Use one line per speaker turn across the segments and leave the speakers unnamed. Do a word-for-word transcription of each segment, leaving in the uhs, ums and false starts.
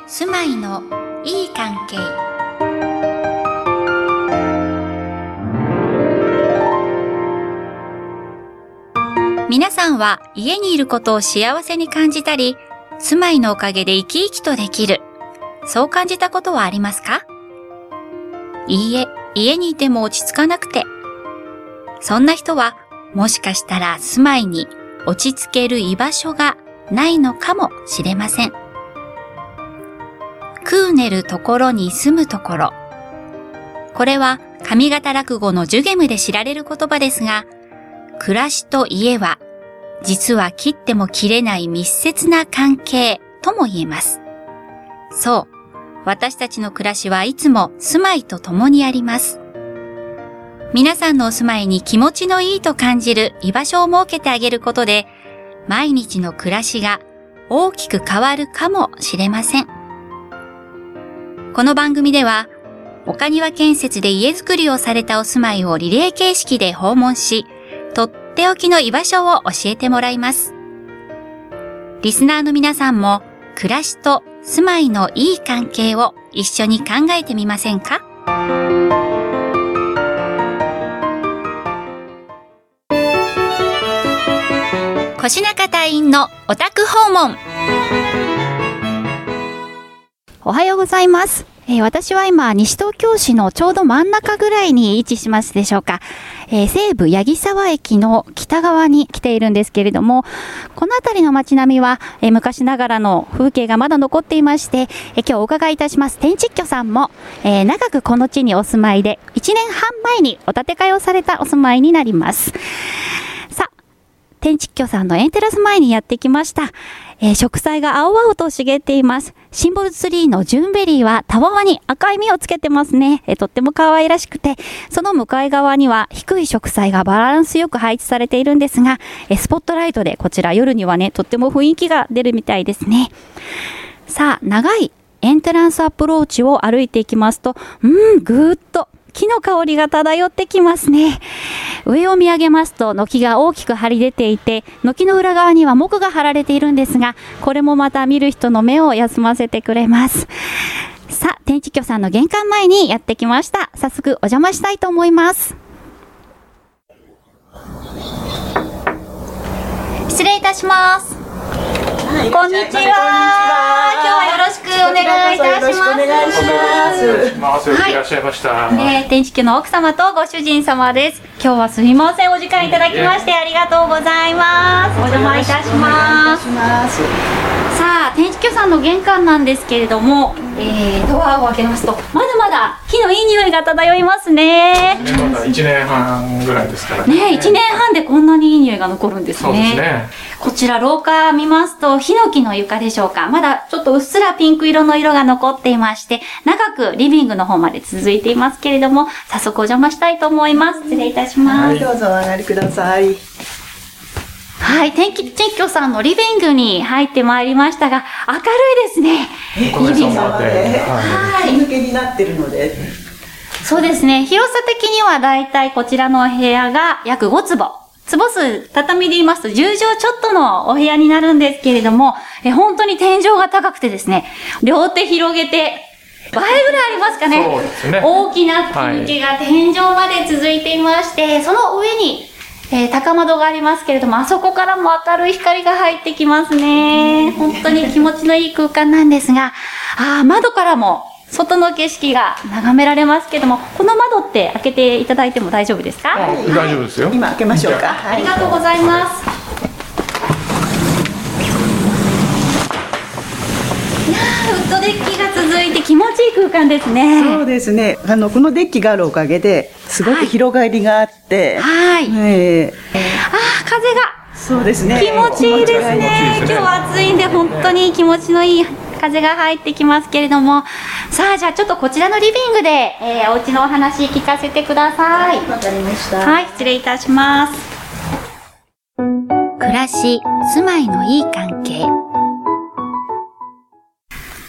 住まいのいい関係。皆さんは家にいることを幸せに感じたり、住まいのおかげで生き生きとできる、そう感じたことはありますか？いいえ、家にいても落ち着かなくて。そんな人はもしかしたら住まいに落ち着ける居場所がないのかもしれません。クーネルところに住むところ。これは上方落語のジュゲムで知られる言葉ですが、暮らしと家は実は切っても切れない密接な関係とも言えます。そう、私たちの暮らしはいつも住まいと共にあります。皆さんのお住まいに気持ちのいいと感じる居場所を設けてあげることで、毎日の暮らしが大きく変わるかもしれません。この番組では、岡庭建設で家づくりをされたお住まいをリレー形式で訪問し、とっておきの居場所を教えてもらいます。リスナーの皆さんも、暮らしと住まいのいい関係を一緒に考えてみませんか？越中隊員のお宅訪問。
おはようございます。えー、私は今、西東京市のちょうど真ん中ぐらいに位置しますでしょうか。えー、西武八木沢駅の北側に来ているんですけれども、この辺りの街並みは、えー、昔ながらの風景がまだ残っていまして、えー、今日お伺いいたします天竺居さんも、えー、長くこの地にお住まいで、いちねんはんまえにお建て替えをされたお住まいになります。さあ、天竺居さんのエンテラス前にやってきました。えー、植栽が青々と茂っています。シンボルツリーのジュンベリーはたわわに赤い実をつけてますね。えー、とっても可愛らしくて、その向かい側には低い植栽がバランスよく配置されているんですが、えー、スポットライトでこちら夜にはね、とっても雰囲気が出るみたいですね。さあ、長いエントランスアプローチを歩いていきますと、うーん、ぐーっと木の香りが漂ってきますね。上を見上げますと軒が大きく張り出ていて、軒の裏側には木が張られているんですが、これもまた見る人の目を休ませてくれます。さあ、天竺居さんの玄関前にやってきました。早速お邪魔したいと思います。
失礼いたします。
はい、
こんにちは。今日はよろしくお願いいたします。
お願いします。
よくいらっしゃいました。
はい、ね、天竺居の奥様とご主人様です。今日はすみません、お時間いただきましてありがとうございます。お邪魔いたします。さあ、天竺居さんの玄関なんですけれども、えー、ドアを開けますとまだまだ木のいい匂いが漂いますね。
まだいちねんはんぐらいですからね。
ね、いちねんはんでこんなにいい匂いが残るんですね。
そうですね。
こちら廊下見ますとヒノキの床でしょうか。まだちょっとうっすらピンク色の色が残っていまして、長くリビングの方まで続いていますけれども、早速お邪魔したいと思います。失礼いたします。
はい、どうぞお上がりください。
はい、天竺居さんのリビングに入ってまいりましたが、明るいですね。
おかげさまで。
はい。
吹き抜けになってるので。
そうですね。広さ的にはだいたいこちらのお部屋が約ごつぼ。坪数、畳で言いますとじゅうじょうちょっとのお部屋になるんですけれども、え本当に天井が高くてですね、両手広げて、倍ぐらいありますかね。
そうですね。
大きな吹き抜けが天井まで続いていまして、その上に、えー、高窓がありますけれども、あそこからも明るい光が入ってきますね。本当に気持ちのいい空間なんですが、あー、窓からも外の景色が眺められますけども、この窓って開けていただいても大丈夫ですか？
はい、大丈夫ですよ。
今開けましょうか。
ありがとうございます。いやー、ウッドデッキが続いて気持ちいい空間ですね。
そうですね。あのこのデッキがあるおかげですごく広がりがあって、
はい。
えー、
あー、風が
そうですね。
気持ちいいですね。
気持ちいいですね。
今日は暑いんで本当に気持ちのいい風が入ってきますけれども、さあ、じゃあちょっとこちらのリビングで、えー、お家のお話聞かせてください。
わかりました。
はい、失礼いたします。
暮らし、住まいのいい関係。
は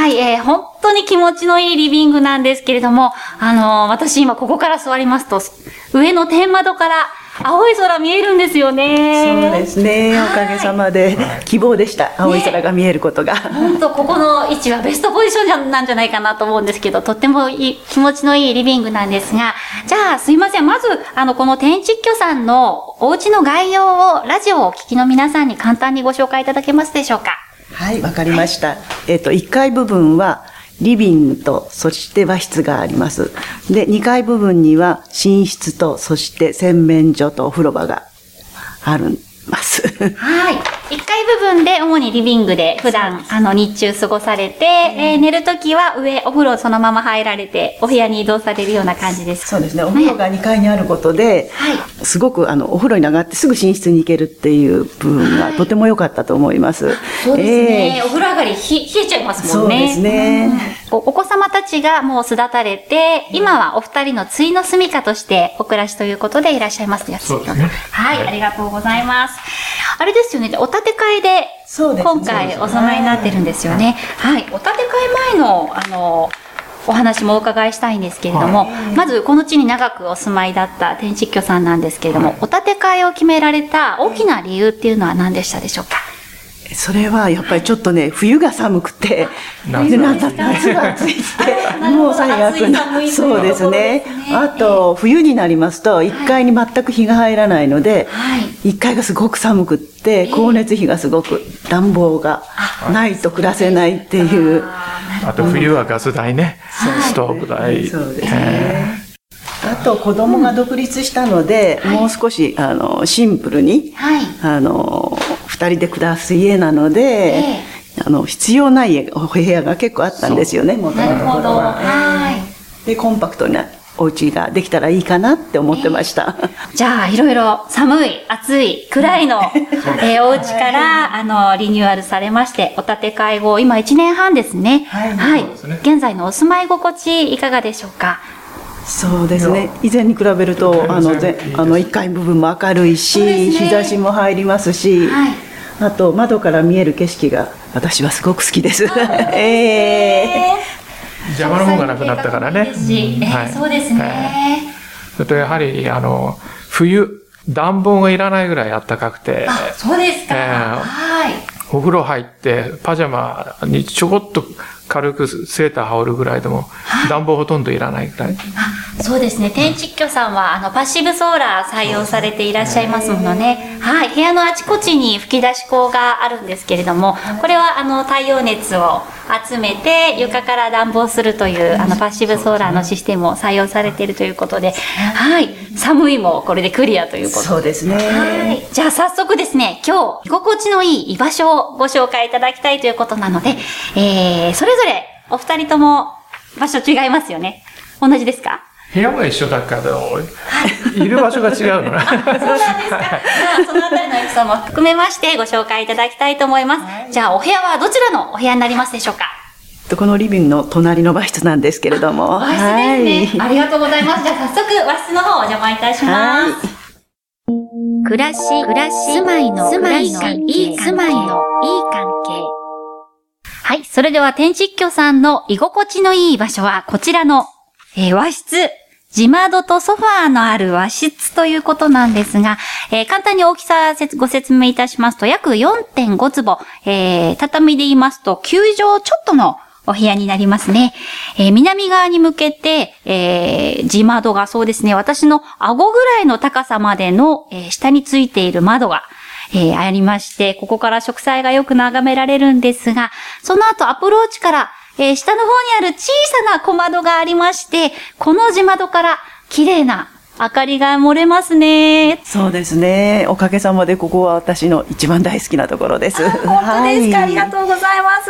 はい、えー、本当に気持ちのいいリビングなんですけれども、あのー、私今ここから座りますと、上の天窓から青い空見えるんですよね。
そうですね。おかげさまで希望でした。青い空が見えることが。
本当、ここの位置はベストポジションじゃなんじゃないかなと思うんですけど、とってもいい気持ちのいいリビングなんですが、じゃあすいません。まず、あの、この天地居さんのお家の概要を、ラジオをお聞きの皆さんに簡単にご紹介いただけますでしょうか。
はい、わかりました。えっと、いっかい部分は、リビングと、そして和室があります。で、にかい部分には寝室と、そして洗面所とお風呂場があります。
はい。いっかい部分で主にリビングで普段、あの、日中過ごされて、えー、寝るときは上、お風呂そのまま入られて、お部屋に移動されるような感じです。
そうですね。お風呂がにかいにあることで、はい、すごく、あの、お風呂に上がってすぐ寝室に行けるっていう部分がとても良かったと思います。はい、
そうですね、えー。お風呂上がりひ冷えちゃいますもんね。
そうですね。
うん、お, お子様たちがもう巣立たれて、今はお二人の対の住処としてお暮らしということでいらっしゃいますよ。
そうですね。
はい、はい、ありがとうございます。あれですよね、お建て替えで、今回お住まいになってるんですよね。はい。お建て替え前の、あの、お話もお伺いしたいんですけれども、はい、まずこの地に長くお住まいだった天地居さんなんですけれども、はい、お建て替えを決められた大きな理由っていうのは何でしたでしょうか。
それはやっぱりちょっとね、冬が寒くて、夏が暑いって、もう最悪な。そうですね。あと、冬になりますと、いっかいに全く日が入らないので、いっかいがすごく寒くって、光熱費がすごく、暖房がないと暮らせないっていう。
あと冬はガス代ね、ストーブ代。
そうですね。あと子供が独立したので、うん、もう少しあのシンプルに、はい、あの二人で暮らす家なので、えー、あの必要ないお部屋が結構あったんですよね。
なるほど。はい。
でコンパクトなお家ができたらいいかなって思ってました。え
ー、じゃあいろいろ寒い、暑い、暗いの、えー、お家から、あのリニューアルされまして、お建て替え後今いちねんはんですね。はい。はい、現在のお住まい心地いかがでしょうか。
そうですね。以前に比べると、あの、ぜあの、いっかい部分も明るいし、ね、日差しも入りますし、はい、あと、窓から見える景色が、私はすごく好きです。え
ー、邪魔の方がなくなったからね。
はい、そうですね。
それと、やはり、あの、冬、暖房がいらないぐらい暖かくて。
あ、そうですか。えー、はい。
お風呂入って、パジャマにちょこっと軽くセーター羽織るぐらいでも、暖房ほとんどいらないぐらい。
あ、そうですね。天地居さんは、あの、パッシブソーラー採用されていらっしゃいますものね。はい。部屋のあちこちに吹き出し口があるんですけれども、これは、あの、太陽熱を集めて、床から暖房するという、あの、パッシブソーラーのシステムを採用されているということで、はい。寒いもこれでクリアということで。
そうですね。
はい。じゃあ、早速ですね、今日、居心地のいい居場所をご紹介いただきたいということなので、えー、それぞれお二人とも場所違いますよね。同じですか？
部屋は一緒だけど、いる場所が違うのね。
そうなんですか。そのあたりのエピソードも含めましてご紹介いただきたいと思います。はい、じゃあ、お部屋はどちらのお部屋になりますでしょうか？
このリビングの隣の和室なんですけれども。
和室ですね。はい、ありがとうございます。じゃあ、早速和室の方お邪魔いたします。はい
暮らし、暮らし、住まいの、住まいの、いい、住まいの、いい関係。
はい。それでは、天地居さんの居心地のいい場所は、こちらの、えー、和室、地窓とソファーのある和室ということなんですが、えー、簡単に大きさご説明いたしますと、約 よんてんご 坪、えー、畳で言いますと、きゅうじょうちょっとのお部屋になりますね。えー、南側に向けて、えー、地窓がそうですね、私の顎ぐらいの高さまでの、えー、下についている窓が、えー、ありまして、ここから植栽がよく眺められるんですが、その後アプローチから、えー、下の方にある小さな小窓がありまして、この地窓から綺麗な明かりが漏れますね。
そうですね。おかげさまでここは私の一番大好きなところです。
本当ですか、はい、ありがとうございます。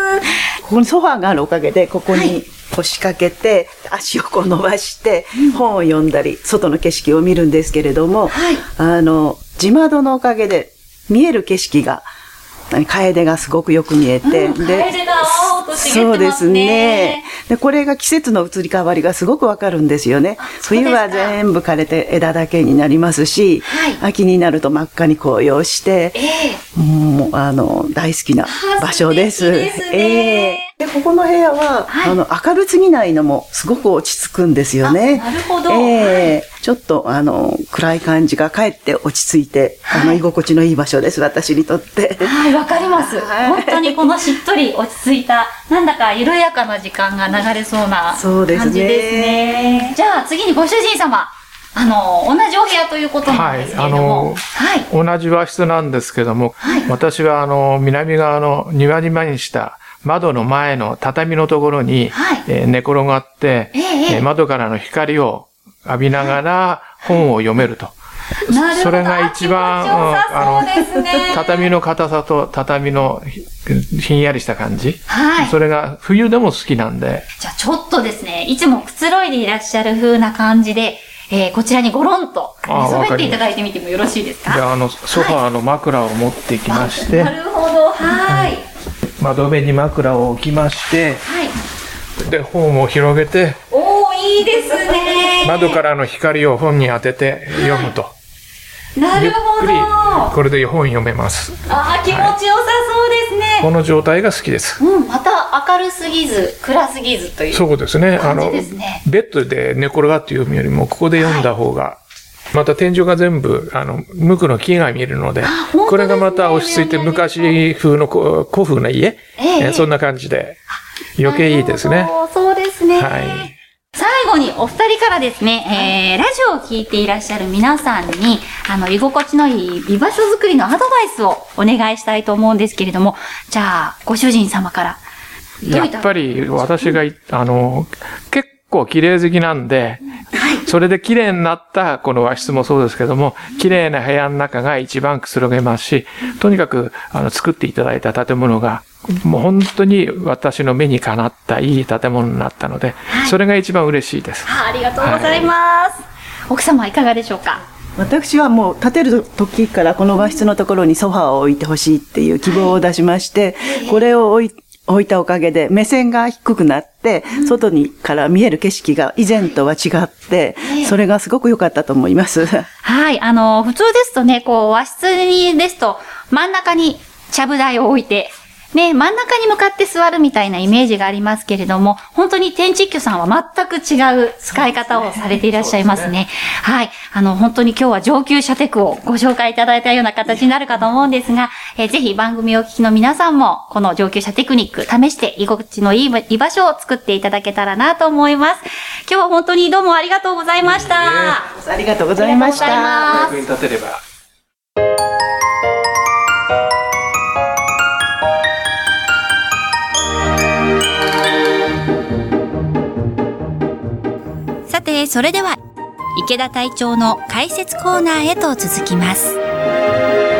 ここにソファーがあるおかげで、ここに腰掛けて、はい、足をこう伸ばして、本を読んだり、外の景色を見るんですけれども、はい、あの、地窓のおかげで見える景色が、楓がすごくよく見えて、
うん、で楓が青と茂ってますね。
そうですね。で、これが季節の移り変わりがすごくわかるんですよね。冬は全部枯れて枝だけになりますし、はい、秋になると真っ赤に紅葉して、えー、もうあの大好きな場所です。
ですね、
えー、でここの部屋は、はい、あの明るすぎないのもすごく落ち着くんですよね。
なるほど。
えー、ちょっとあの暗い感じがかえって落ち着いて、はい、あの居心地のいい場所です、私にとって。
はい、わかります。はい、本当にこのしっとり落ち着いた、なんだか緩やかな時間が流れそうな感じですね。そうですね。じゃあ次にご主人様。あの、同じお部屋ということなんですけれども。
はい。あの、はい、同じ和室なんですけども、はい、私はあの、南側の庭々にした窓の前の畳のところに、はい、えー、寝転がって、えーえー、窓からの光を浴びながら本を読めると。
なるほど。
それが一番、
あの、そうですね、
畳の硬さと畳のひんやりした感じ。
はい。
それが冬でも好きなんで。
じゃあちょっとですね、いつもくつろいでいらっしゃる風な感じで、えー、こちらにゴロンと寝そべっていただいてみてもよろしいですか？
じゃあ、あの、ソファーの枕を持ってきまして。
はい、なるほど、はい。
窓辺に枕を置きまして、はい。で、本を広げて。
おー、いいですね。
窓からの光を本に当てて読むと。
はい、なるほど。
これで本読めます。
ああ、気持ちよさそうですね。
この状態が好きです。
うん、また明るすぎず、暗すぎずという。
そうですね。あの、ベッドで寝転がって読むよりも、ここで読んだ方が、はい、また天井が全部、あの、無垢の木が見えるので、これがまた落ち着いて昔風の古風な家、えー、そんな感じで、余計いいですね。
そうですね。
はい。
最後にお二人からですね、えー、ラジオを聞いていらっしゃる皆さんに、あの、居心地のいい居場所づくりのアドバイスをお願いしたいと思うんですけれども、じゃあ、ご主人様から。
やっぱり私が、あの、結構綺麗好きなんで、それで綺麗になったこの和室もそうですけども、綺麗な部屋の中が一番くつろげますし、とにかく、あの、作っていただいた建物が、もう本当に私の目にかなったいい建物になったので、はい、それが一番嬉しいです。
ありがとうございます。はい、奥様いかがでしょうか？
私はもう建てる時からこの和室のところにソファーを置いてほしいっていう希望を出しまして、はい、これを置い置いたおかげで目線が低くなって、うん、外にから見える景色が以前とは違って、それがすごく良かったと思います。
はい、あの、普通ですとね、こう和室にですと真ん中にちゃぶ台を置いて、ね、真ん中に向かって座るみたいなイメージがありますけれども、本当に天地居さんは全く違う使い方をされていらっしゃいますね。はい。あの、本当に今日は上級者テクをご紹介いただいたような形になるかと思うんですが、えー、ぜひ番組をお聞きの皆さんも、この上級者テクニック試して居心地のいい居場所を作っていただけたらなと思います。今日は本当にどうもありがとうございました。
ありがとうございました。
ありがとうございます。役に立てれば。
さて、それでは池田隊長の解説コーナーへと続きます。